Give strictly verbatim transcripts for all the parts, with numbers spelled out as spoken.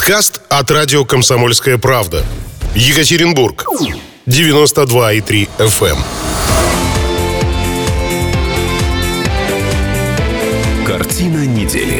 Подкаст от радио «Комсомольская правда». Екатеринбург. девяносто два и три эф эм. Картина недели.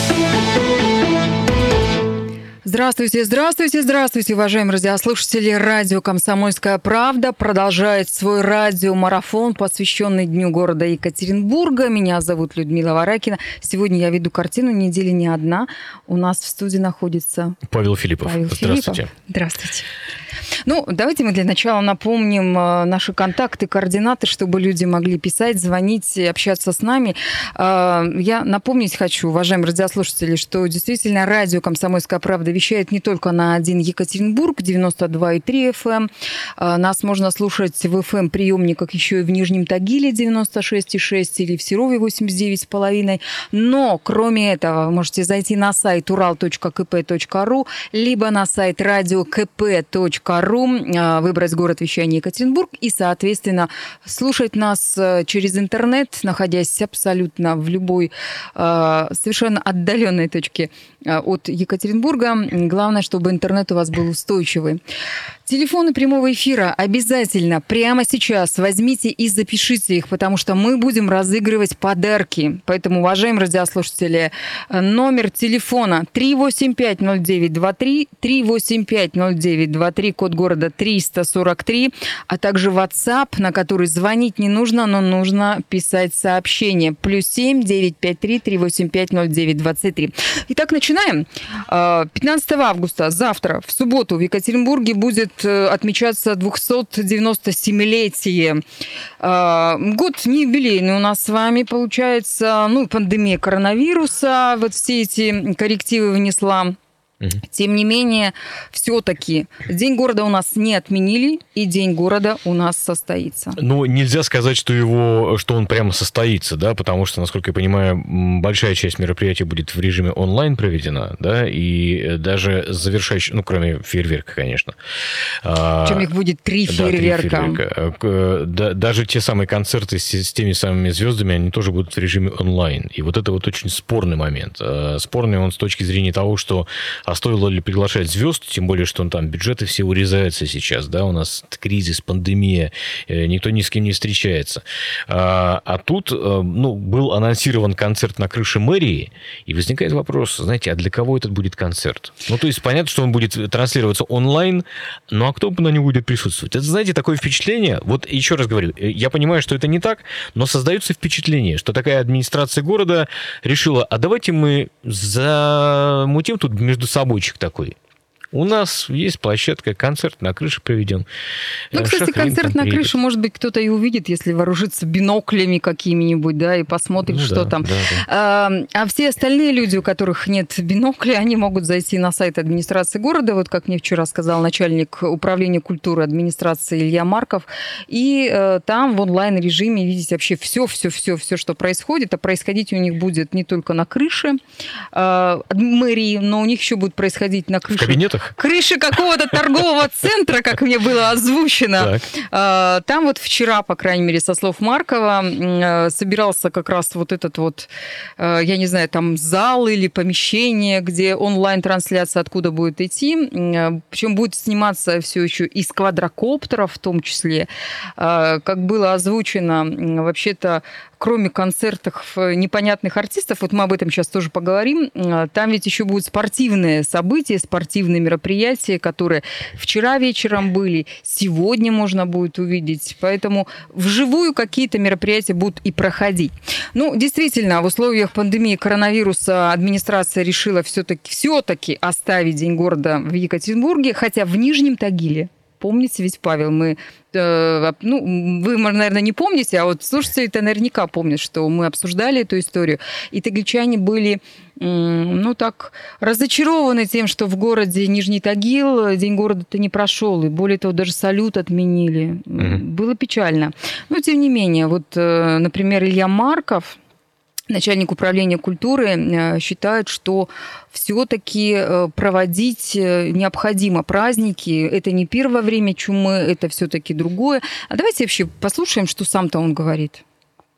Здравствуйте, здравствуйте, здравствуйте, уважаемые радиослушатели. Радио «Комсомольская правда» продолжает свой радиомарафон, посвященный Дню города Екатеринбурга. Меня зовут Людмила Варакина. Сегодня я веду картину недели не одна. У нас в студии находится Павел Филиппов. Павел Здравствуйте. Филиппов. Здравствуйте. Ну, давайте мы для начала напомним наши контакты, координаты, чтобы люди могли писать, звонить, общаться с нами. Я напомнить хочу, уважаемые радиослушатели, что действительно радио «Комсомольская правда» вещает не только на один Екатеринбург, девяносто два и три эф эм. Нас можно слушать в эф эм-приемниках еще и в Нижнем Тагиле девяносто шесть и шесть или в Серове восемьдесят девять и пять. Но, кроме этого, вы можете зайти на сайт урал точка ка пэ точка ру, либо на сайт радио ка пэ точка ру, выбрать город вещания Екатеринбург и, соответственно, слушать нас через интернет, находясь абсолютно в любой совершенно отдаленной точке от Екатеринбурга. Главное, чтобы интернет у вас был устойчивый. Телефоны прямого эфира обязательно прямо сейчас возьмите и запишите их, потому что мы будем разыгрывать подарки. Поэтому, уважаемые радиослушатели, номер телефона три восемь пять ноль девять два три, три восемь пять ноль девять два три, код города триста сорок три, а также WhatsApp, на который звонить не нужно, но нужно писать сообщение. Плюс семь девятьсот пятьдесят три триста восемьдесят пять ноль девять двадцать три. Итак, начинаем. пятнадцатого августа, завтра, в субботу, в Екатеринбурге будет отмечаться двухсотдевяностосемилетие. Год не юбилейный у нас с вами получается. Ну, пандемия коронавируса вот все эти коррективы внесла. Тем не менее, все-таки День города у нас не отменили, и День города у нас состоится. Ну, нельзя сказать, что его, что он прямо состоится, да, потому что, насколько я понимаю, большая часть мероприятия будет в режиме онлайн проведена, да, и даже завершающий, ну, кроме фейерверка, конечно. Причем их будет три фейерверка. Да, три фейерверка. Да, даже те самые концерты с, с теми самыми звездами, они тоже будут в режиме онлайн. И вот это вот очень спорный момент. Спорный он с точки зрения того, что а стоило ли приглашать звезд, тем более, что там бюджеты все урезаются сейчас, да, у нас кризис, пандемия, никто ни с кем не встречается. А, а тут, ну, был анонсирован концерт на крыше мэрии, и возникает вопрос, знаете, а для кого этот будет концерт? Ну, то есть, понятно, что он будет транслироваться онлайн, ну, а кто на нем будет присутствовать? Это, знаете, такое впечатление, вот еще раз говорю, я понимаю, что это не так, но создается впечатление, что такая администрация города решила, а давайте мы замутим тут между собойчик такой. У нас есть площадка, концерт на крыше проведем. Ну, кстати, Шахрин концерт на приедет. крыше, может быть, кто-то и увидит, если вооружится биноклями какими-нибудь, да, и посмотрит, Ну, что да, там. да, да. А, а все остальные люди, у которых нет бинокля, они могут зайти на сайт администрации города, вот как мне вчера сказал начальник управления культуры администрации Илья Марков, и э, там в онлайн-режиме видеть вообще все-все-все-все, что происходит, а происходить у них будет не только на крыше э, мэрии, но у них еще будет происходить на крыше. В кабинетах? Крыши какого-то торгового центра, как мне было озвучено. Так. Там вот вчера, по крайней мере, со слов Маркова, собирался как раз вот этот вот, я не знаю, там зал или помещение, где онлайн-трансляция откуда будет идти. Причем будет сниматься все еще из квадрокоптеров в том числе. Как было озвучено, вообще-то, кроме концертов непонятных артистов, вот мы об этом сейчас тоже поговорим, там ведь еще будут спортивные события, спортивные мероприятия, которые вчера вечером были, сегодня можно будет увидеть. Поэтому вживую какие-то мероприятия будут и проходить. Ну, действительно, в условиях пандемии коронавируса администрация решила все-таки, все-таки оставить День города в Екатеринбурге, хотя в Нижнем Тагиле. Помните, ведь, Павел, мы, э, ну, вы, наверное, не помните, а вот слушатели-то наверняка помнят, что мы обсуждали эту историю, и тагильчане были, э, ну, так, разочарованы тем, что в городе Нижний Тагил День города-то не прошел, и более того, даже салют отменили. Mm-hmm. Было печально. Но, тем не менее, вот, э, например, Илья Марков, начальник управления культуры, считает, что все-таки проводить необходимо праздники. Это не первое время чумы, это все-таки другое. А давайте вообще послушаем, что сам-то он говорит.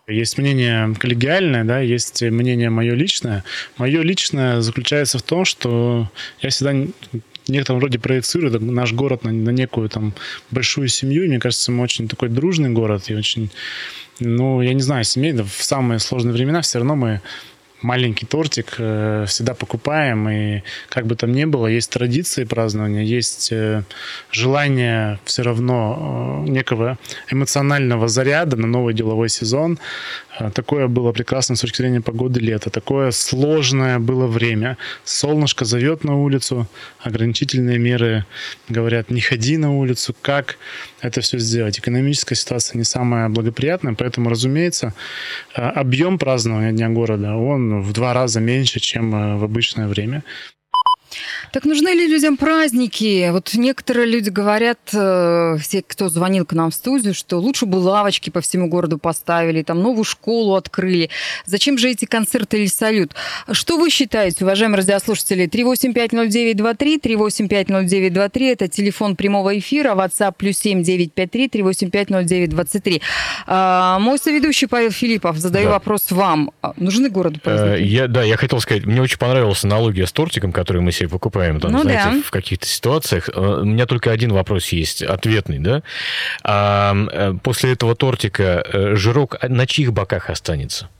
Есть мнение коллегиальное, да, есть мнение мое личное. Мое личное заключается в том, что я всегда в некотором роде проецирую наш город на, на некую там большую семью. И мне кажется, мы очень такой дружный город и очень, ну, я не знаю, семейно. В самые сложные времена все равно мы маленький тортик э, всегда покупаем, и как бы там ни было, есть традиции празднования, есть э, желание все равно э, некого эмоционального заряда на новый деловой сезон. Э, такое было прекрасно с точки зрения погоды лета, такое сложное было время. Солнышко зовет на улицу, ограничительные меры говорят, не ходи на улицу. Как это все сделать? Экономическая ситуация не самая благоприятная, поэтому, разумеется, э, объем празднования Дня города, он в два раза меньше, чем в обычное время. Так нужны ли людям праздники? Вот некоторые люди говорят, все, кто звонил к нам в студию, что лучше бы лавочки по всему городу поставили, там новую школу открыли. Зачем же эти концерты или салют? Что вы считаете, уважаемые радиослушатели? три восемь пять ноль девять два три, три восемь пять ноль девять два три, это телефон прямого эфира, WhatsApp плюс семь девять пять три, три восемь пять ноль девять двадцать три. А, мой соведущий Павел Филиппов, задаю да. вопрос вам. Нужны городу праздники? Я, да, я хотел сказать, мне очень понравилась аналогия с тортиком, который мы себе покупаем. Там, ну, знаете, да. в каких-то ситуациях. У меня только один вопрос есть, ответный, да? А после этого тортика жирок на чьих боках останется?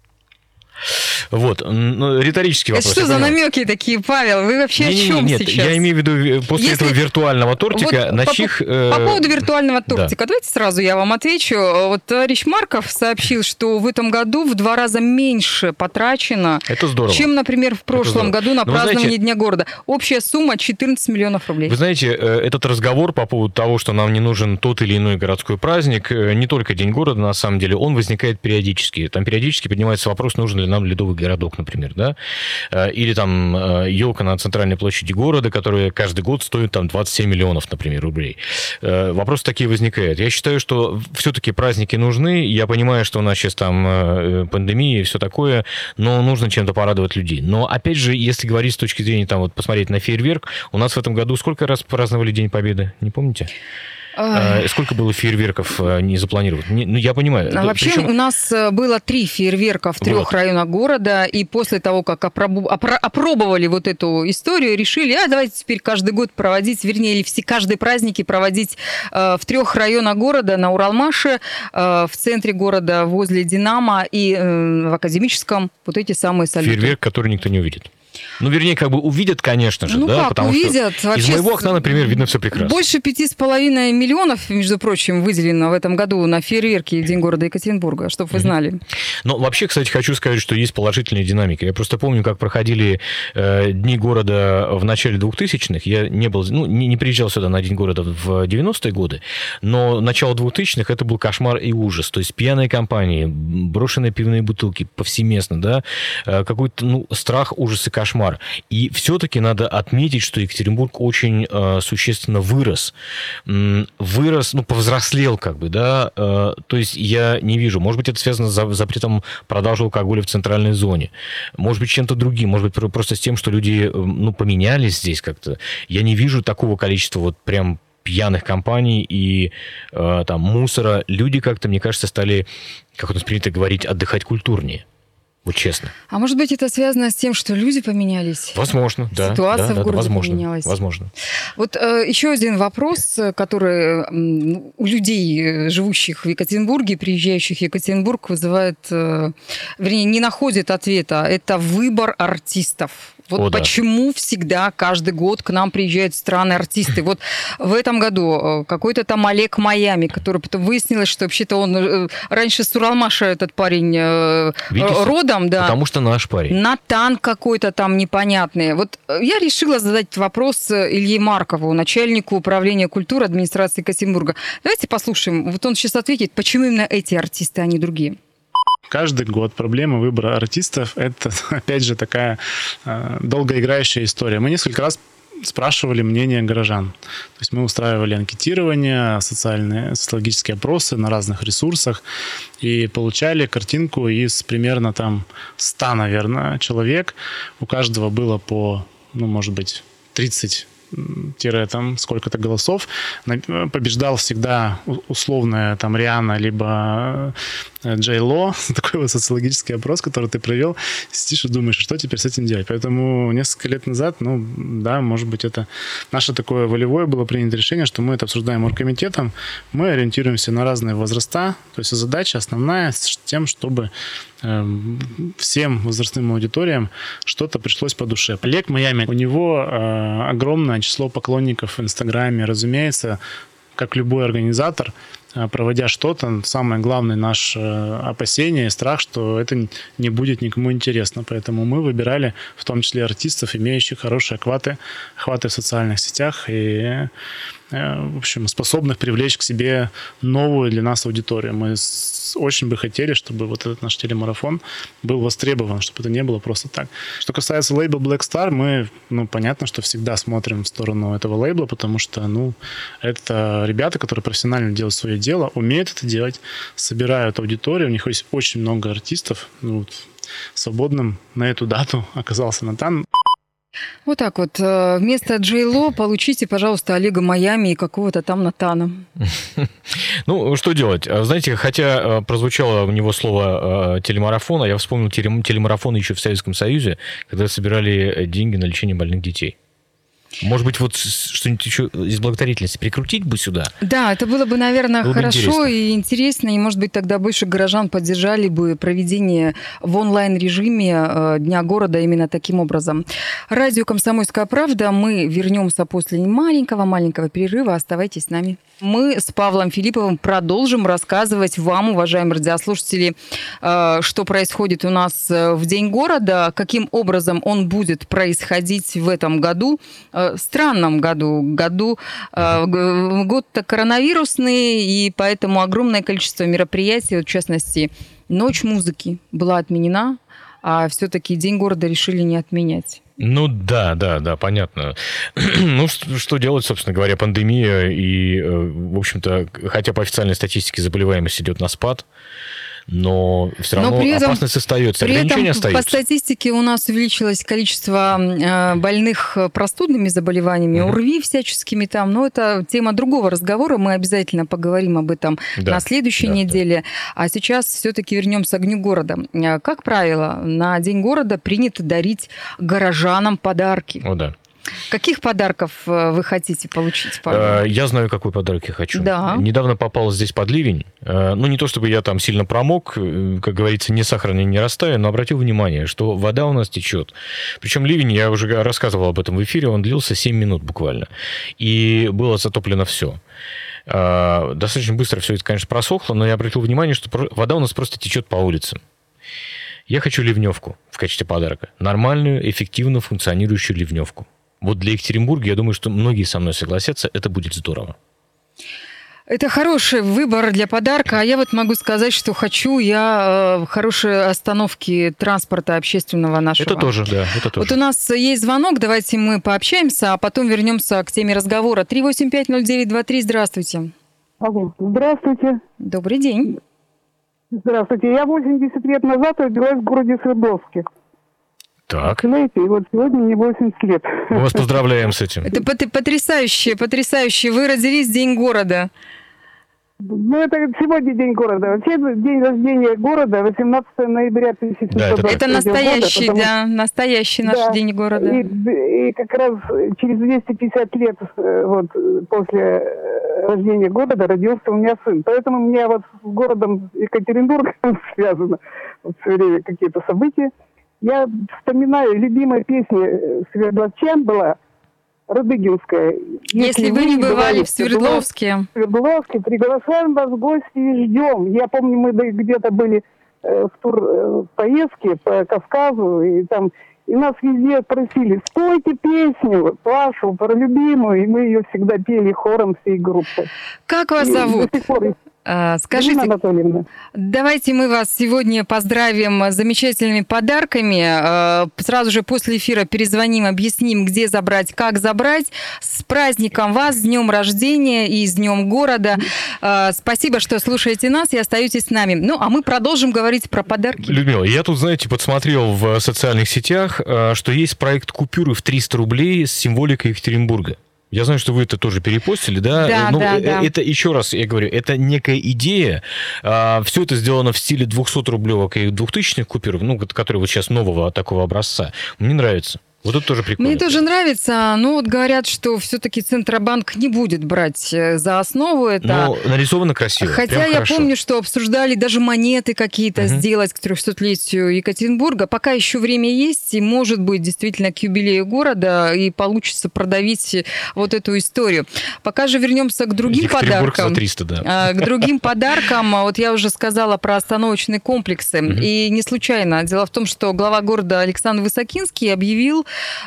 Вот, ну, риторический вопрос. Это что за намеки такие, Павел? Вы вообще не, о чем нет, сейчас? Я имею в виду после Если... этого виртуального тортика, вот на по, чьих... По, по поводу виртуального тортика, да. Давайте сразу я вам отвечу. Вот товарищ Марков сообщил, что в этом году в два раза меньше потрачено, это здорово. чем, например, в прошлом году на Но празднование знаете, Дня города. Общая сумма четырнадцать миллионов рублей. Вы знаете, этот разговор по поводу того, что нам не нужен тот или иной городской праздник, не только День города, на самом деле, он возникает периодически. Там периодически поднимается вопрос, нужен ли нам ледовый городок, например, да? Или там елка на центральной площади города, которая каждый год стоит там двадцать семь миллионов, например, рублей. Вопросы такие возникают. Я считаю, что все-таки праздники нужны. Я понимаю, что у нас сейчас там пандемия и все такое, но нужно чем-то порадовать людей. Но, опять же, если говорить с точки зрения, там, вот, посмотреть на фейерверк, у нас в этом году сколько раз праздновали День Победы? Не помните? Ой. Сколько было фейерверков не запланировано? Ну, я понимаю. А вообще Причем... у нас было три фейерверка в трех вот. районах города, и после того, как опробу... опро... опробовали вот эту историю, решили, а давайте теперь каждый год проводить, вернее, или все каждые праздники проводить э, в трех районах города, на Уралмаше, э, в центре города, возле Динамо и э, в Академическом, вот эти самые салюты. Фейерверк, который никто не увидит. Ну, вернее, как бы увидят, конечно же, ну, да, как, потому увидят. что из моего окна, например, видно все прекрасно. Больше пяти с половиной миллионов, между прочим, выделено в этом году на фейерверки День города Екатеринбурга, чтобы вы знали. Ну, вообще, кстати, хочу сказать, что есть положительная динамика. Я просто помню, как проходили э, Дни города в начале двухтысячных. Я не был, ну, не, не приезжал сюда на День города в девяностые годы, но начало двухтысячных это был кошмар и ужас. То есть пьяные компании, брошенные пивные бутылки повсеместно, да, э, какой-то, ну, страх, ужас и кошмар. И все-таки надо отметить, что Екатеринбург очень э, существенно вырос. Вырос, ну, повзрослел как бы, да. Э, то есть я не вижу. Может быть, это связано с запретом продажи алкоголя в центральной зоне. Может быть, чем-то другим. Может быть, просто с тем, что люди, ну, поменялись здесь как-то. Я не вижу такого количества вот прям пьяных компаний и э, там мусора. Люди как-то, мне кажется, стали, как у нас принято говорить, отдыхать культурнее. Вот честно. А может быть, это связано с тем, что люди поменялись? Возможно, да. Ситуация да, в да, городе возможно, поменялась. Возможно. Вот э, еще один вопрос, который э, у людей, живущих в Екатеринбурге, приезжающих в Екатеринбург, вызывает, э, вернее, не находит ответа. Это выбор артистов. Вот О, почему да. всегда, каждый год к нам приезжают странные артисты. Вот в этом году какой-то там Олег Майами, который потом выяснилось, что вообще-то он раньше с Уралмаша, этот парень, Видите? родом. Да. Потому что наш парень. Натан какой-то там непонятный. Вот я решила задать вопрос Илье Маркову, начальнику управления культуры администрации Екатеринбурга. Давайте послушаем. Вот он сейчас ответит, почему именно эти артисты, а не другие. Каждый год проблема выбора артистов – это, опять же, такая э, долгоиграющая история. Мы несколько раз спрашивали мнение горожан. То есть мы устраивали анкетирование, социальные, социологические опросы на разных ресурсах и получали картинку из примерно там ста, наверное, человек. У каждого было по, ну, может быть, тридцать там сколько-то голосов. Побеждал всегда условная там Риhanna, либо Джей Ло. Такой вот социологический опрос, который ты провел. Сидишь и думаешь, что теперь с этим делать. Поэтому несколько лет назад, ну, да, может быть, это наше такое волевое было принято решение, что мы это обсуждаем оргкомитетом. Мы ориентируемся на разные возраста. То есть задача основная с тем, чтобы всем возрастным аудиториям что-то пришлось по душе. Олег Майами, у него э, огромное число поклонников в Инстаграме. Разумеется, как любой организатор, э, проводя что-то, самое главное наше э, опасение и страх, что это не будет никому интересно. Поэтому мы выбирали в том числе артистов, имеющих хорошие охваты, охваты в социальных сетях и в общем, способных привлечь к себе новую для нас аудиторию. Мы очень бы хотели, чтобы вот этот наш телемарафон был востребован, чтобы это не было просто так. Что касается лейбла Black Star, мы, ну, понятно, что всегда смотрим в сторону этого лейбла, потому что, ну, это ребята, которые профессионально делают свое дело, умеют это делать, собирают аудиторию, у них есть очень много артистов. Ну, вот, свободным на эту дату оказался Натан. Вот так вот. Вместо Джей Ло получите, пожалуйста, Олега Майами и какого-то там Натана. Ну, что делать? Знаете, хотя прозвучало у него слово телемарафон, а я вспомнил телемарафон еще в Советском Союзе, когда собирали деньги на лечение больных детей. Может быть, вот что-нибудь еще из благотворительности прикрутить бы сюда? Да, это было бы, наверное, было хорошо бы интересно. и интересно, и, может быть, тогда больше горожан поддержали бы проведение в онлайн-режиме Дня города именно таким образом. Радио «Комсомольская правда». Мы вернемся после маленького-маленького перерыва. Оставайтесь с нами. Мы с Павлом Филипповым продолжим рассказывать вам, уважаемые радиослушатели, что происходит у нас в День города, каким образом он будет происходить в этом году, странном году, году год-то коронавирусный, и поэтому огромное количество мероприятий, вот в частности, Ночь музыки была отменена, а все-таки День города решили не отменять. Ну да, да, да, понятно. Ну что, что делать, собственно говоря, пандемия, и, в общем-то, хотя по официальной статистике заболеваемость идет на спад, но все равно но этом, опасность остается, ограничения остаются. По статистике у нас увеличилось количество больных простудными заболеваниями, mm-hmm. ОРВИ всяческими там, но это тема другого разговора, мы обязательно поговорим об этом да, на следующей да, неделе. Да. А сейчас все-таки вернемся к Дню города. Как правило, на День города принято дарить горожанам подарки. О, да. Каких подарков вы хотите получить, Павел? Я знаю, какой подарок я хочу. Да. Недавно попал здесь под ливень. Ну, не то чтобы я там сильно промок, как говорится, не сахарный, не растаю, но обратил внимание, что вода у нас течет. Причем ливень, я уже рассказывал об этом в эфире, он длился семь минут буквально. И было затоплено все. Достаточно быстро все это, конечно, просохло, но я обратил внимание, что вода у нас просто течет по улицам. Я хочу ливневку в качестве подарка. Нормальную, эффективно функционирующую ливневку. Вот для Екатеринбурга, я думаю, что многие со мной согласятся, это будет здорово. Это хороший выбор для подарка. А я вот могу сказать, что хочу я хорошие остановки транспорта общественного нашего. Это тоже, да, это тоже. Вот у нас есть звонок, давайте мы пообщаемся, а потом вернемся к теме разговора. три восемь пять ноль девять два три, здравствуйте. Алло, здравствуйте. Добрый день. Здравствуйте. Я восемьдесят лет назад родилась в городе Свердловске. Так. Знаете, и вот сегодня мне восемьдесят лет. Мы вас поздравляем с этим. Это потрясающе, потрясающе. Вы родились в День города. Ну, это сегодня День города. Вообще, день рождения города, восемнадцатого ноября тысяча семьсот двадцать третьего года. Это настоящий, года, да, настоящий наш да, День города. И, и как раз через двести пятьдесят лет вот, после рождения города родился у меня сын. Поэтому у меня вот с городом Екатеринбург связано вот, все время какие-то события. Я вспоминаю, любимая песня свердловчан была Радыгинская. Если, Если вы не бывали в Свердловске. В Свердловске, приглашаем вас в гости и ждем. Я помню, мы где-то были э, в тур э, поездке по Кавказу, и там и нас везде просили, спойте песню вашу, про любимую, и мы ее всегда пели хором всей группой. Как вас и зовут? До сих пор Скажите, Анатольевна, давайте мы вас сегодня поздравим с замечательными подарками. Сразу же после эфира перезвоним, объясним, где забрать, как забрать. С праздником вас, с днем рождения и с днем города. Спасибо, что слушаете нас и остаетесь с нами. Ну, а мы продолжим говорить про подарки. Людмила, я тут, знаете, подсмотрел в социальных сетях, что есть проект купюры в триста рублей с символикой Екатеринбурга. Я знаю, что вы это тоже перепостили, да? Да, ну, да, да. Это, еще раз я говорю, это некая идея. Все это сделано в стиле двухсотрублевок и двухтысячных купюр, ну, которые вот сейчас нового такого образца. Мне нравится. Вот это тоже прикольно. Мне тоже нравится, но вот говорят, что все-таки Центробанк не будет брать за основу это. Но нарисовано красиво. Хотя прям я хорошо. помню, что обсуждали даже монеты какие-то Угу. сделать к трехсотлетию Екатеринбурга. Пока еще время есть, и может быть действительно к юбилею города, и получится продавить вот эту историю. Пока же вернемся к другим Екатеринбург подаркам. за триста, да. К другим подаркам. Вот я уже сказала про остановочные комплексы. Угу. И не случайно. Дело в том, что глава города Александр Высокинский объявил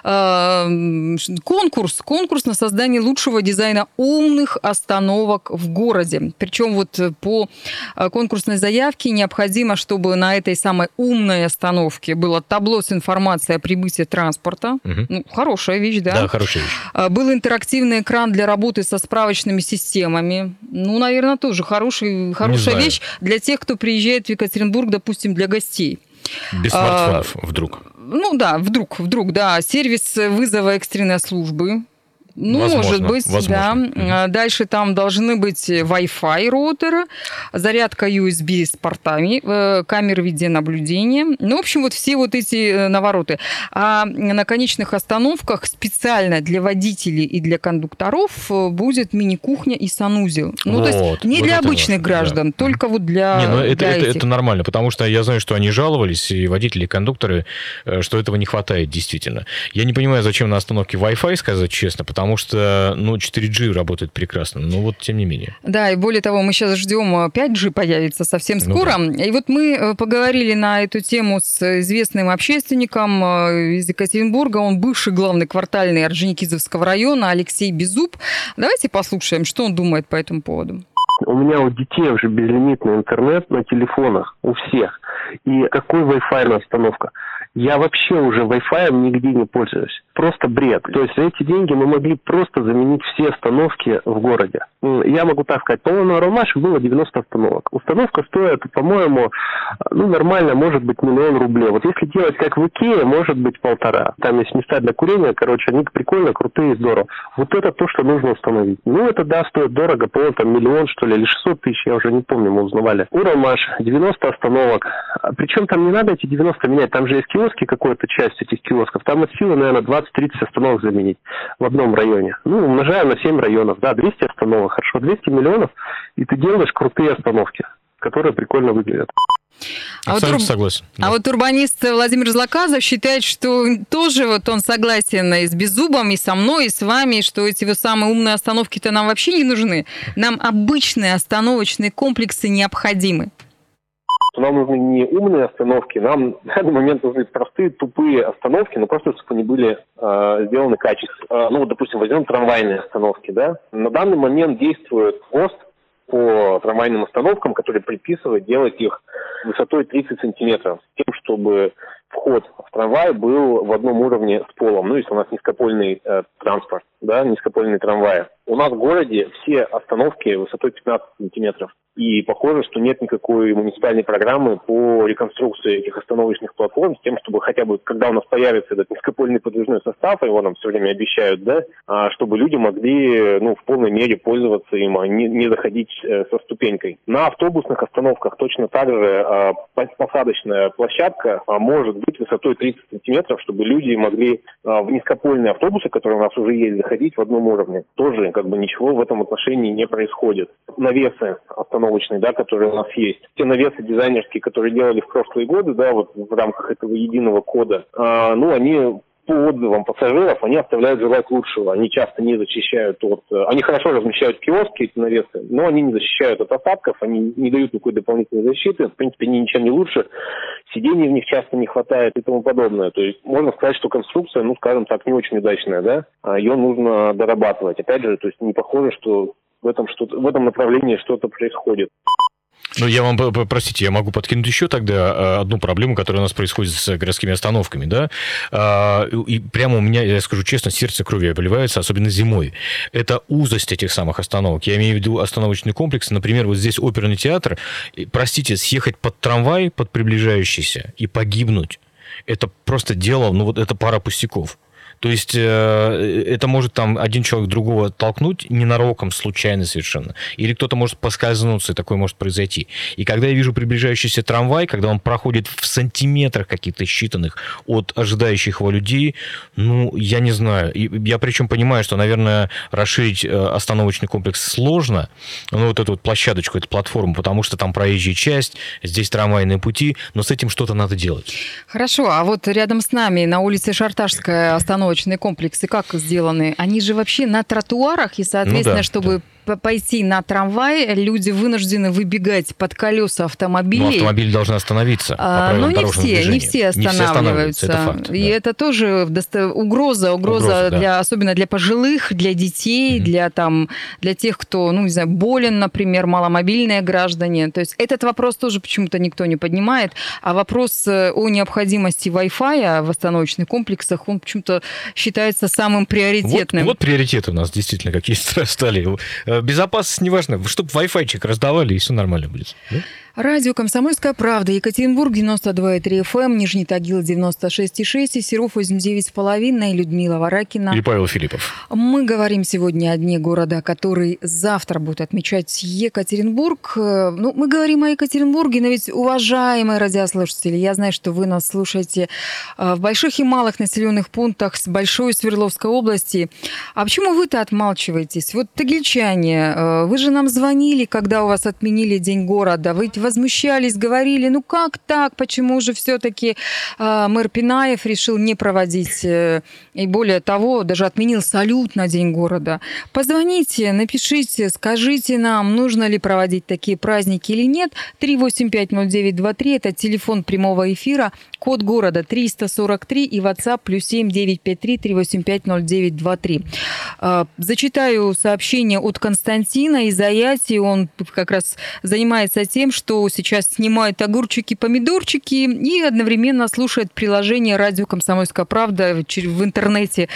конкурс, конкурс на создание лучшего дизайна умных остановок в городе. Причем вот по конкурсной заявке необходимо, чтобы на этой самой умной остановке было табло с информацией о прибытии транспорта. Угу. Ну, хорошая вещь, да? Да, хорошая вещь. Был интерактивный экран для работы со справочными системами. Ну, наверное, тоже хороший, хорошая вещь для тех, кто приезжает в Екатеринбург, допустим, для гостей. Без смартфонов а, вдруг. Ну да, вдруг, вдруг, да. Сервис вызова экстренной службы. Ну, возможно, может быть, возможно. Да. Mm-hmm. Дальше там должны быть Wi-Fi роутеры, зарядка ю эс би с портами, камеры видеонаблюдения. Ну, в общем, вот все вот эти навороты. А на конечных остановках специально для водителей и для кондукторов будет мини-кухня и санузел. Ну, вот, то есть не вот для обычных важно, граждан, да. только вот для, не, ну, это, для это, этих. Это нормально, потому что я знаю, что они жаловались, и водители, и кондукторы, что этого не хватает действительно. Я не понимаю, зачем на остановке Wi-Fi, сказать честно, потому Потому что, ну, четыре джи работает прекрасно, но вот тем не менее. Да, и более того, мы сейчас ждем, пять джи появится совсем скоро. Ну, да. И вот мы поговорили на эту тему с известным общественником из Екатеринбурга. Он бывший главный квартальный Орджоникидзевского района Алексей Беззуб. Давайте послушаем, что он думает по этому поводу. У меня у детей уже безлимитный интернет на телефонах, у всех. И какой Wi-Fi на остановка? Я вообще уже Wi-Fi нигде не пользуюсь. Просто бред. То есть за эти деньги мы могли просто заменить все остановки в городе. Я могу так сказать, по-моему, на Ромаше было девяносто остановок. Установка стоит, по-моему, ну, нормально, может быть, миллион рублей. Вот если делать как в Икее, может быть, полтора. Там есть места для курения, короче, они прикольно, крутые, здорово. Вот это то, что нужно установить. Ну, это, да, стоит дорого, по-моему, там миллион, что ли, или шестьсот тысяч, я уже не помню, мы узнавали. У Ромаш девяносто остановок. Причем там не надо эти девяносто менять, там же есть киоски, какая-то часть этих киосков. Там от силы, наверное, двадцать-тридцать остановок заменить в одном районе. Ну, умножаем на семь районов, да, двести остановок, хорошо, двести миллионов, и ты делаешь крутые остановки, которые прикольно выглядят. А вот, урб... согласен. Да. А вот урбанист Владимир Злаказов считает, что тоже вот он согласен и с Беззубом, и со мной, и с вами, что эти вот самые умные остановки-то нам вообще не нужны. Нам обычные остановочные комплексы необходимы. Нам нужны не умные остановки, нам в данный момент нужны простые, тупые остановки, но просто, чтобы они были э, сделаны качественно. Э, ну, вот, допустим, возьмем трамвайные остановки, да. На данный момент действует ГОСТ по трамвайным остановкам, который предписывает делать их высотой тридцать сантиметров, с тем, чтобы вход в трамвай был в одном уровне с полом. Ну, если у нас низкопольный э, транспорт, да, низкопольные трамваи. У нас в городе все остановки высотой пятнадцать сантиметров. И похоже, что нет никакой муниципальной программы по реконструкции этих остановочных платформ, с тем, чтобы хотя бы, когда у нас появится этот низкопольный подвижной состав, его нам все время обещают, да, чтобы люди могли, ну, в полной мере пользоваться им, а не, не заходить со ступенькой. На автобусных остановках точно так же посадочная площадка может быть высотой тридцать сантиметров, чтобы люди могли в низкопольные автобусы, которые у нас уже есть, заходить в одном уровне. Тоже как бы ничего в этом отношении не происходит. Навесы остановочные, да, которые у нас есть. Те навесы дизайнерские, которые делали в прошлые годы, да, вот в рамках этого единого кода, а, ну, они по отзывам пассажиров, они оставляют желать лучшего. Они часто не защищают от... Они хорошо размещают киоски, эти навесы, но они не защищают от осадков, они не дают никакой дополнительной защиты. В принципе, они ничем не лучше. Сидений в них часто не хватает и тому подобное. То есть можно сказать, что конструкция, ну, скажем так, не очень удачная, да? Ее нужно дорабатывать. Опять же, то есть не похоже, что в этом, что-то, в этом направлении что-то происходит. Ну, я вам, простите, я могу подкинуть еще тогда одну проблему, которая у нас происходит с городскими остановками, да, и прямо у меня, я скажу честно, сердце кровью обливается, особенно зимой. Это узость этих самых остановок. Я имею в виду остановочный комплекс, например, вот здесь оперный театр, простите, съехать под трамвай, под приближающийся, и погибнуть, это просто дело, ну, вот это пара пустяков. То есть это может там один человек другого толкнуть ненароком, случайно совершенно. Или кто-то может поскользнуться, и такое может произойти. И когда я вижу приближающийся трамвай, когда он проходит в сантиметрах каких-то считанных от ожидающих его людей, ну, я не знаю. Я причем понимаю, что, наверное, расширить остановочный комплекс сложно, ну, вот эту вот площадочку, эту платформу, потому что там проезжая часть, здесь трамвайные пути, но с этим что-то надо делать. Хорошо, а вот рядом с нами на улице Шарташская остановочная комплексы как сделаны? Они же вообще на тротуарах, и, соответственно, ну да, чтобы да. пойти на трамвай, люди вынуждены выбегать под колеса автомобилей. Но автомобиль должен остановиться. А, но не все, не все останавливаются. Не все останавливаются, это факт, и да. это тоже угроза, угроза, угроза для, да. особенно для пожилых, для детей, mm-hmm. для, там, для тех, кто, ну, не знаю, болен, например, маломобильные граждане. То есть этот вопрос тоже почему-то никто не поднимает. А вопрос о необходимости Wi-Fi в остановочных комплексах, он почему-то считается самым приоритетным. Вот, вот приоритеты у нас действительно какие стали. Безопасность не важна. Чтобы Wi-Fi-чик раздавали, и все нормально будет. Да? Радио «Комсомольская правда», Екатеринбург, девяносто два и три эф эм, Нижний Тагил, девяносто шесть и шесть, и Серов, восемьдесят девять и пять, и Людмила Варакина. И Павел Филиппов. Мы говорим сегодня о дне города, который завтра будет отмечать Екатеринбург. Ну, мы говорим о Екатеринбурге, но ведь, уважаемые радиослушатели, я знаю, что вы нас слушаете в больших и малых населенных пунктах с большой Свердловской области. А почему вы-то отмалчиваетесь? Вот тагильчане, вы же нам звонили, когда у вас отменили День города, вы возмущались, говорили, ну как так, почему же все-таки э, мэр Пинаев решил не проводить, э, и более того, даже отменил салют на День города. Позвоните, напишите, скажите нам, нужно ли проводить такие праздники или нет. три восемь пять ноль девять два три, это телефон прямого эфира, код города триста сорок три и WhatsApp плюс семь девять пять три три восемь пять ноль девять два три. Э, зачитаю сообщение от Константина из Аяти, он как раз занимается тем, что сейчас снимает огурчики, помидорчики и одновременно слушает приложение «Радио Комсомольская правда» в интернете.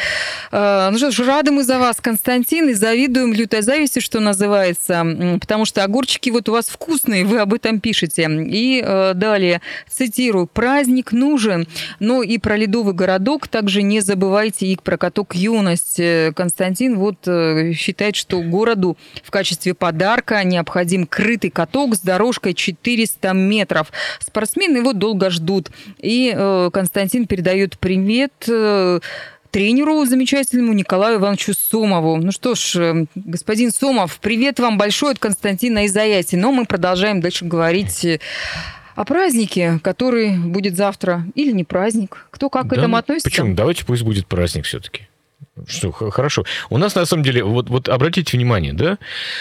Ну что ж, рады мы за вас, Константин, и завидуем лютой завистью, что называется, потому что огурчики вот у вас вкусные, вы об этом пишете. И далее, цитирую, «Праздник нужен, но и про ледовый городок также не забывайте и про каток «Юность». Константин вот считает, что городу в качестве подарка необходим крытый каток с дорожкой четыреста метров. Спортсмены его долго ждут. И э, Константин передает привет э, тренеру замечательному Николаю Ивановичу Сомову. Ну что ж, господин Сомов, привет вам большой от Константина из Аяти. Но мы продолжаем дальше говорить о празднике, который будет завтра. Или не праздник. Кто как да, к этому относится? Почему? Давайте пусть будет праздник все-таки. Что, хорошо. У нас, на самом деле, вот, вот обратите внимание, да,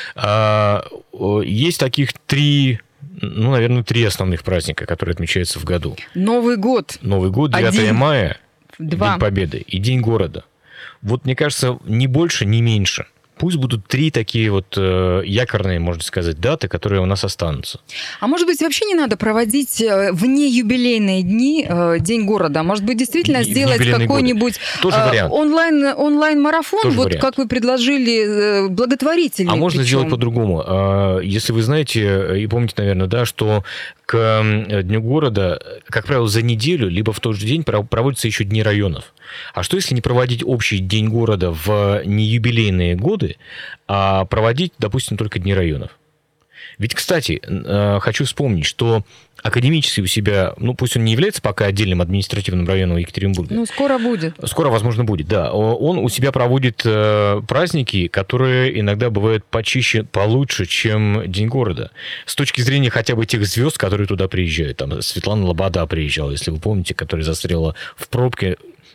а, есть таких три... Ну, наверное, три основных праздника, которые отмечаются в году. Новый год. Новый год, девятое мая, Два. День Победы и День города. Вот, мне кажется, ни больше, ни меньше. Пусть будут три такие вот э, якорные, можно сказать, даты, которые у нас останутся. А может быть, вообще не надо проводить вне юбилейные дни э, День города? Может быть, действительно сделать какой-нибудь э, онлайн, онлайн-марафон, Тоже вот вариант. Как вы предложили, э, благотворительный. А можно причем. сделать по-другому. Если вы знаете и помните, наверное, да, что к Дню города, как правило, за неделю, либо в тот же день проводятся еще дни районов. А что, если не проводить общий День города в неюбилейные годы, а проводить, допустим, только дни районов? Ведь, кстати, хочу вспомнить, что академический у себя, ну, пусть он не является пока отдельным административным районом Екатеринбурга. Ну, скоро будет. Скоро, возможно, будет, да. Он у себя проводит праздники, которые иногда бывают почище, получше, чем День города. С точки зрения хотя бы тех звезд, которые туда приезжают. Там Светлана Лобода приезжала, если вы помните, которая застряла в пробке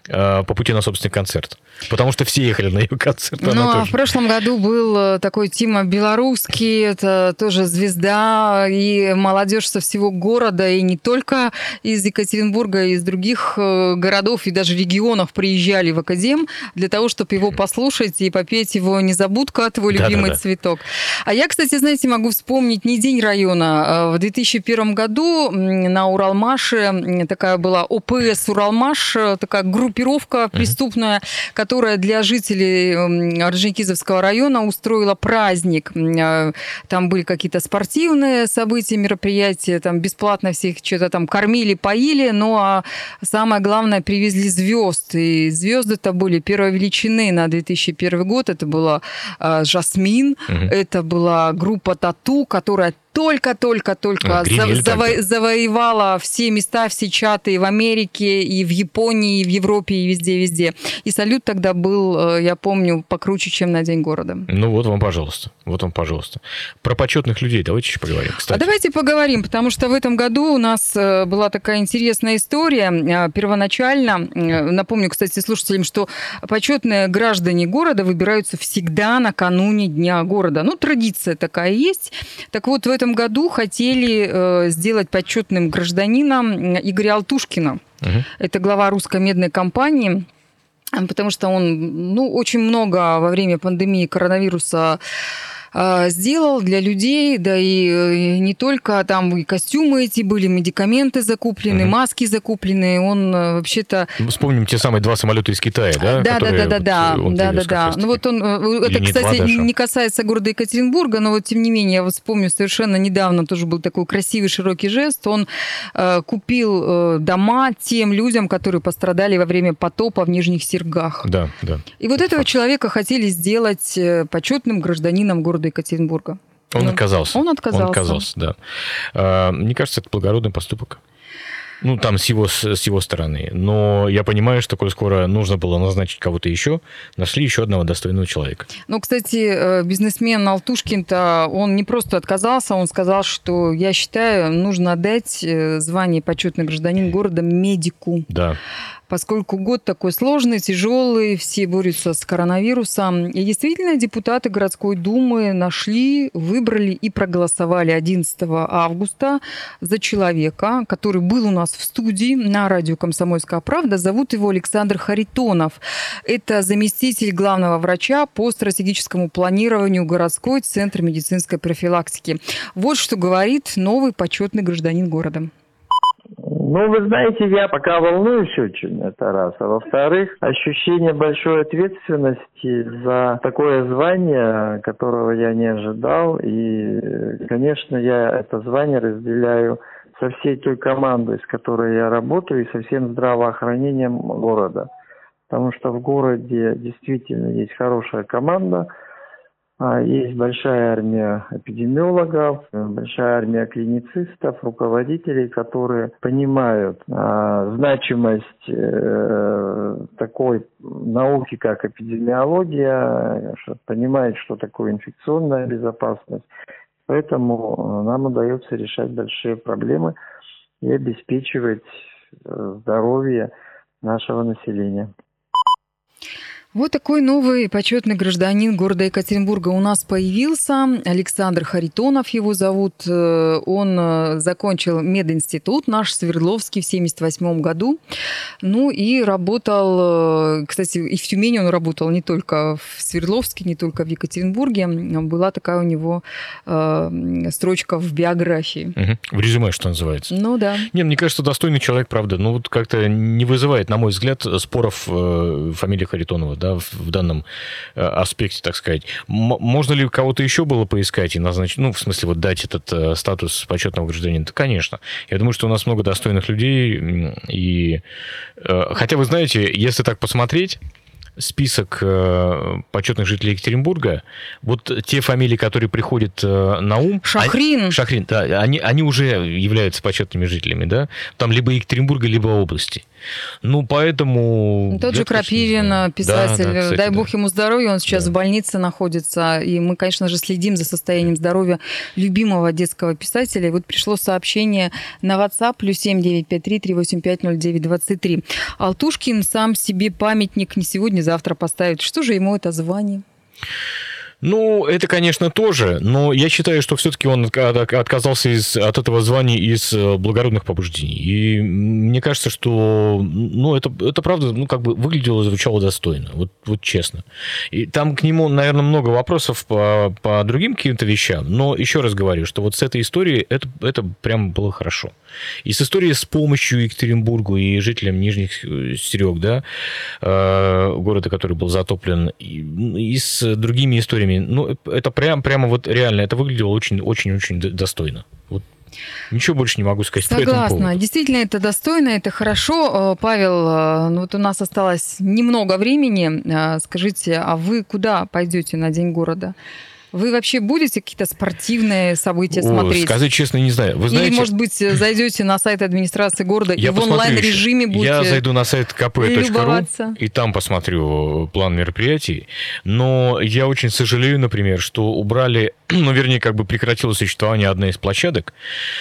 по пути на собственный концерт. Потому что все ехали на ее концерт. Ну, а в прошлом году был такой Тима Белорусский, это тоже звезда, и молодежь со всего города, и не только из Екатеринбурга, и из других городов, и даже регионов приезжали в Академ для того, чтобы его послушать и попеть его «Незабудка», твой любимый Да-да-да. цветок. А я, кстати, знаете, могу вспомнить не День района. В две тысячи первом году на Уралмаше такая была О П С Уралмаш, такая группировка преступная, mm-hmm. которая для жителей Орджоникидзевского района устроила праздник. Там были какие-то спортивные события, мероприятия, там бесплатно всех что-то там кормили, поили, ну а самое главное, привезли звезд. И звезды-то были первой величины на две тысячи первый год. Это была Жасмин, угу. это была группа Тату, которая только-только-только Гринель заво- заво- завоевала все места, все чаты и в Америке, и в Японии, и в Европе, и везде-везде. И салют тогда был, я помню, покруче, чем на День города. Ну вот вам, пожалуйста. Вот вам, пожалуйста. Про почетных людей давайте еще поговорим, кстати. А давайте поговорим, потому что в этом году у нас была такая интересная история. Первоначально, напомню, кстати, слушателям, что почетные граждане города выбираются всегда накануне Дня города. Ну, традиция такая есть. Так вот, в этом В этом году хотели э, сделать почетным гражданином Игоря Алтушкина. Угу. Это глава русской медной компании, потому что он ну, очень много во время пандемии коронавируса сделал для людей, да и не только, там и костюмы эти были, медикаменты закуплены, угу. маски закуплены, он вообще-то... Вспомним те самые два самолета из Китая, да? Да, да, да, да, да, да, да, да. Ну вот он, это, не кстати, не касается города Екатеринбурга, но вот тем не менее, я вот вспомню, совершенно недавно тоже был такой красивый широкий жест, он э, купил э, дома тем людям, которые пострадали во время потопа в Нижних Сергах. Да, да. И вот этого человека хотели сделать почетным гражданином города Екатеринбурга. Он ну, отказался. Он отказался. Он отказался, да. А, мне кажется, это благородный поступок. Ну, там с его, с его стороны. Но я понимаю, что, коль скоро нужно было назначить кого-то еще, нашли еще одного достойного человека. Ну, кстати, бизнесмен Алтушкин-то, он не просто отказался, он сказал, что, я считаю, нужно отдать звание почетный гражданин города медику. Да. Поскольку год такой сложный, тяжелый, все борются с коронавирусом. И действительно, депутаты городской думы нашли, выбрали и проголосовали одиннадцатого августа за человека, который был у нас в студии на радио «Комсомольская правда». Зовут его Александр Харитонов. Это заместитель главного врача по стратегическому планированию городской центр медицинской профилактики. Вот что говорит новый почетный гражданин города. Ну, вы знаете, я пока волнуюсь очень, это раз. А во-вторых, ощущение большой ответственности за такое звание, которого я не ожидал. И, конечно, я это звание разделяю со всей той командой, с которой я работаю, и со всем здравоохранением города. Потому что в городе действительно есть хорошая команда, есть большая армия эпидемиологов, большая армия клиницистов, руководителей, которые понимают а, значимость э, такой науки, как эпидемиология, что, понимают, что такое инфекционная безопасность. Поэтому нам удается решать большие проблемы и обеспечивать здоровье нашего населения. Вот такой новый почетный гражданин города Екатеринбурга у нас появился. Александр Харитонов его зовут. Он закончил мединститут наш Свердловский в семьдесят восьмом году. Ну и работал, кстати, и в Тюмени он работал, не только в Свердловске, не только в Екатеринбурге. Была такая у него э, строчка в биографии. Угу. В резюме, что называется. Ну да. Не, мне кажется, достойный человек, правда. Ну вот как-то не вызывает, на мой взгляд, споров э, фамилия Харитонова. Да, в данном аспекте, так сказать. М- можно ли кого-то еще было поискать и назначить, ну, в смысле, вот дать этот э, статус почетного гражданина? Да, конечно. Я думаю, что у нас много достойных людей. И, э, хотя, вы знаете, если так посмотреть, список э, почетных жителей Екатеринбурга, вот те фамилии, которые приходят э, на ум... Шахрин. Они, Шахрин, да, они, они уже являются почетными жителями, да? Там либо Екатеринбурга, либо области. Ну, поэтому... Тот же Крапивин, писатель, да, да, кстати, дай бог да. ему здоровья, он сейчас да. в больнице находится, и мы, конечно же, следим за состоянием здоровья любимого детского писателя. И вот пришло сообщение на WhatsApp, плюс семь девять пять три три восемь пять ноль девять двадцать три. Алтушкин сам себе памятник не сегодня, завтра поставит. Что же ему это звание? Ну, это, конечно, тоже, но я считаю, что все-таки он отказался из, от этого звания из благородных побуждений. И мне кажется, что, ну, это, это правда, ну, как бы выглядело и звучало достойно, вот, вот честно. И там к нему, наверное, много вопросов по, по другим каким-то вещам, но еще раз говорю, что вот с этой историей это, это прям было хорошо. И с историей с помощью Екатеринбургу и жителям Нижних Серег, да, города, который был затоплен, и, и с другими историями. Ну, это прям, прямо вот реально, это выглядело очень-очень-очень достойно. Вот. Ничего больше не могу сказать по этому поводу. Согласна. Действительно, это достойно, это хорошо. Павел, ну вот у нас осталось немного времени. Скажите, а вы куда пойдете на День города? Вы вообще будете какие-то спортивные события О, смотреть? Сказать честно, не знаю. Вы знаете, или, может быть, зайдете на сайт администрации города и в онлайн-режиме будете Я зайду на сайт ка пэ точка ру и там посмотрю план мероприятий. Но я очень сожалею, например, что убрали, ну, вернее, как бы прекратило существование одной из площадок.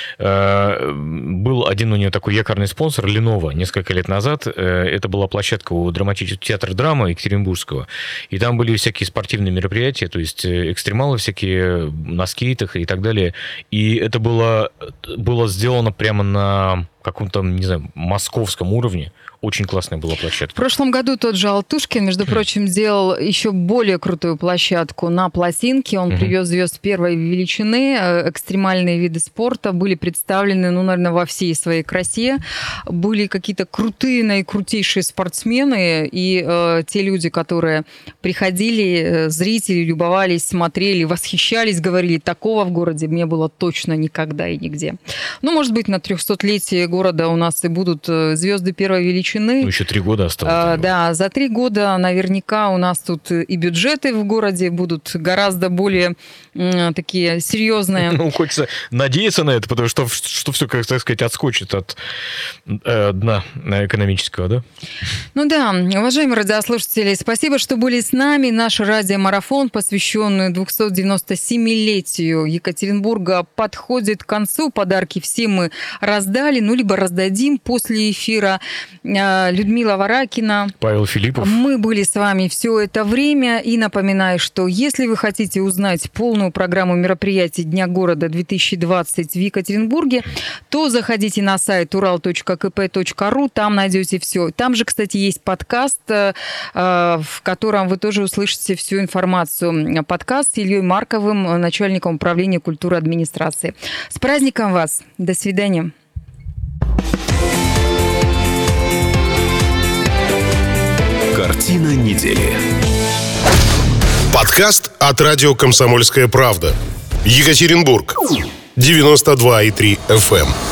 Был один у нее такой якорный спонсор, Lenovo, несколько лет назад. Это была площадка у драматического театра драмы Екатеринбургского. И там были всякие спортивные мероприятия, то есть экстремалы всякие на скейтах и так далее. И это было, было сделано прямо на каком-то, не знаю, московском уровне. Очень классная была площадка. В прошлом году тот же Алтушкин, между прочим, сделал еще более крутую площадку на Плотинке. Он uh-huh. привез звезд первой величины. Экстремальные виды спорта были представлены, ну, наверное, во всей своей красе. Были какие-то крутые, наикрутейшие спортсмены. И э, те люди, которые приходили, зрители, любовались, смотрели, восхищались, говорили, такого в городе не было точно никогда и нигде. Ну, может быть, на трехсотлетие города у нас и будут звезды первой величины. Ну, еще три года осталось. А, да, за три года наверняка у нас тут и бюджеты в городе будут гораздо более м, такие серьезные. Ну, хочется надеяться на это, потому что, что все, как так сказать, отскочит от э, дна экономического, да? Ну да, уважаемые радиослушатели, спасибо, что были с нами. Наш радиомарафон, посвященный двухсотдевяностосемилетию Екатеринбурга, подходит к концу. Подарки все мы раздали, ну, либо раздадим после эфира. Людмила Варакина, Павел Филиппов. Мы были с вами все это время. И напоминаю, что если вы хотите узнать полную программу мероприятий Дня города две тысячи двадцать в Екатеринбурге, то заходите на сайт урал точка ка пэ точка ру, там найдете все. Там же, кстати, есть подкаст, в котором вы тоже услышите всю информацию. Подкаст с Ильей Марковым, начальником управления культуры администрации. С праздником вас! До свидания! Картина недели. Подкаст от радио «Комсомольская правда». Екатеринбург. девяносто два и три эф эм.